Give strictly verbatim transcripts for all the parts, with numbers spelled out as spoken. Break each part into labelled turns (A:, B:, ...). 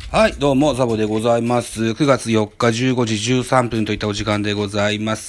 A: はい、どうも、ザボでございます。くがつよっかじゅうごじじゅうさんぷんといったお時間でございます。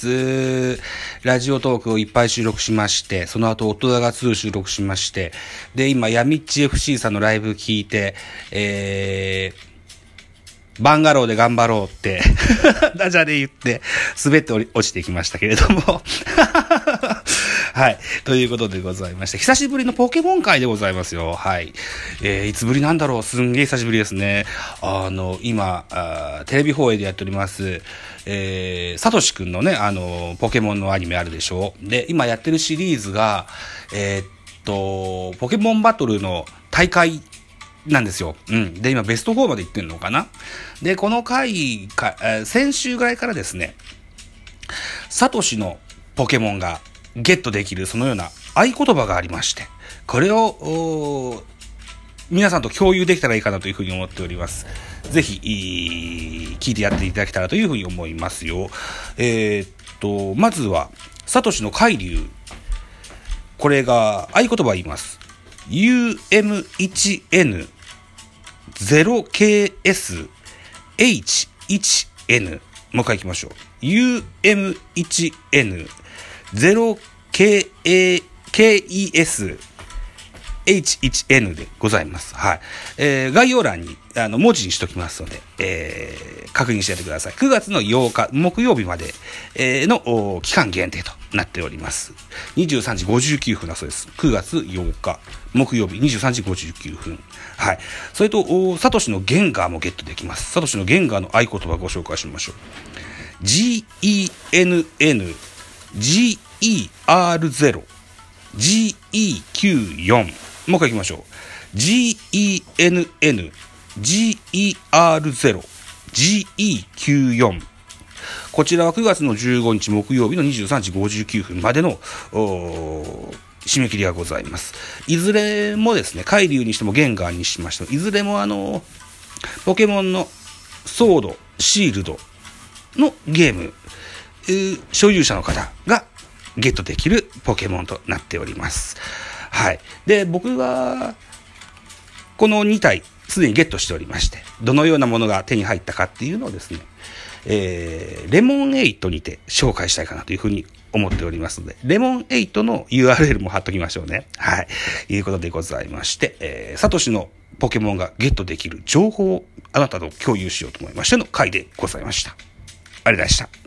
A: ラジオトークをいっぱい収録しまして、その後、音がつ収録しまして、で、今、ヤミッチ エフシー さんのライブ聞いて、えー、バンガローで頑張ろうって、ダジャレ言って、滑って落ちてきましたけれども、はい。ということでございまして、久しぶりのポケモン会でございますよ。はい。えー、いつぶりなんだろう。すんげえ久しぶりですね。あの、今、あテレビ放映でやっております、えー、サトシくんのね、あの、ポケモンのアニメあるでしょ。で、今やってるシリーズが、えー、っと、ポケモンバトルの大会なんですよ。うん。で、今ベストフォーまで行ってんのかな。で、この回か、先週ぐらいからですね、サトシのポケモンがゲットできるそのような合言葉がありまして、これを皆さんと共有できたらいいかなというふうに思っております。ぜひ聞いてやっていただけたらというふうに思いますよ。えー、っとまずはサトシの海流、これが合言葉言います。 ユーエムワンエヌゼロケーエスエイチワンエヌ、 もう一回いきましょう。 ユーエムワンエヌゼロケーエーイーエスエイチワンエヌ でございます。はい。えー、概要欄にあの文字にしときますので、えー、確認してやってください。くがつのようか木曜日まで、えー、の期間限定となっております。にじゅうさんじごじゅうきゅうふんだそうです。くがつようか木曜日にじゅうさんじごじゅうきゅうふん。はい。それとサトシのゲンガーもゲットできます。サトシのゲンガーの合言葉をご紹介しましょう。 ジーイーエヌエヌジーイーアールゼロ ジーイーキューよん、 もう一回いきましょう。 ジーイーエヌエヌジーイーアールゼロ ジーイーキューよん、 こちらはくがつのじゅうごにち木曜日のにじゅうさんじごじゅうきゅうふんまでの締め切りがございます。いずれもですね、海流にしてもゲンガーにしましても、いずれもあのポケモンのソードシールドのゲーム所有者の方がゲットできるポケモンとなっております。はい。で、僕はこのにたいすでにゲットしておりまして、どのようなものが手に入ったかっていうのをですね、えー、レモンエイトにて紹介したいかなというふうに思っておりますので、レモンエイトの ユーアールエル も貼っときましょうね。はい。いうことでございまして、えー、サトシのポケモンがゲットできる情報をあなたと共有しようと思いましての回でございました。ありがとうございました。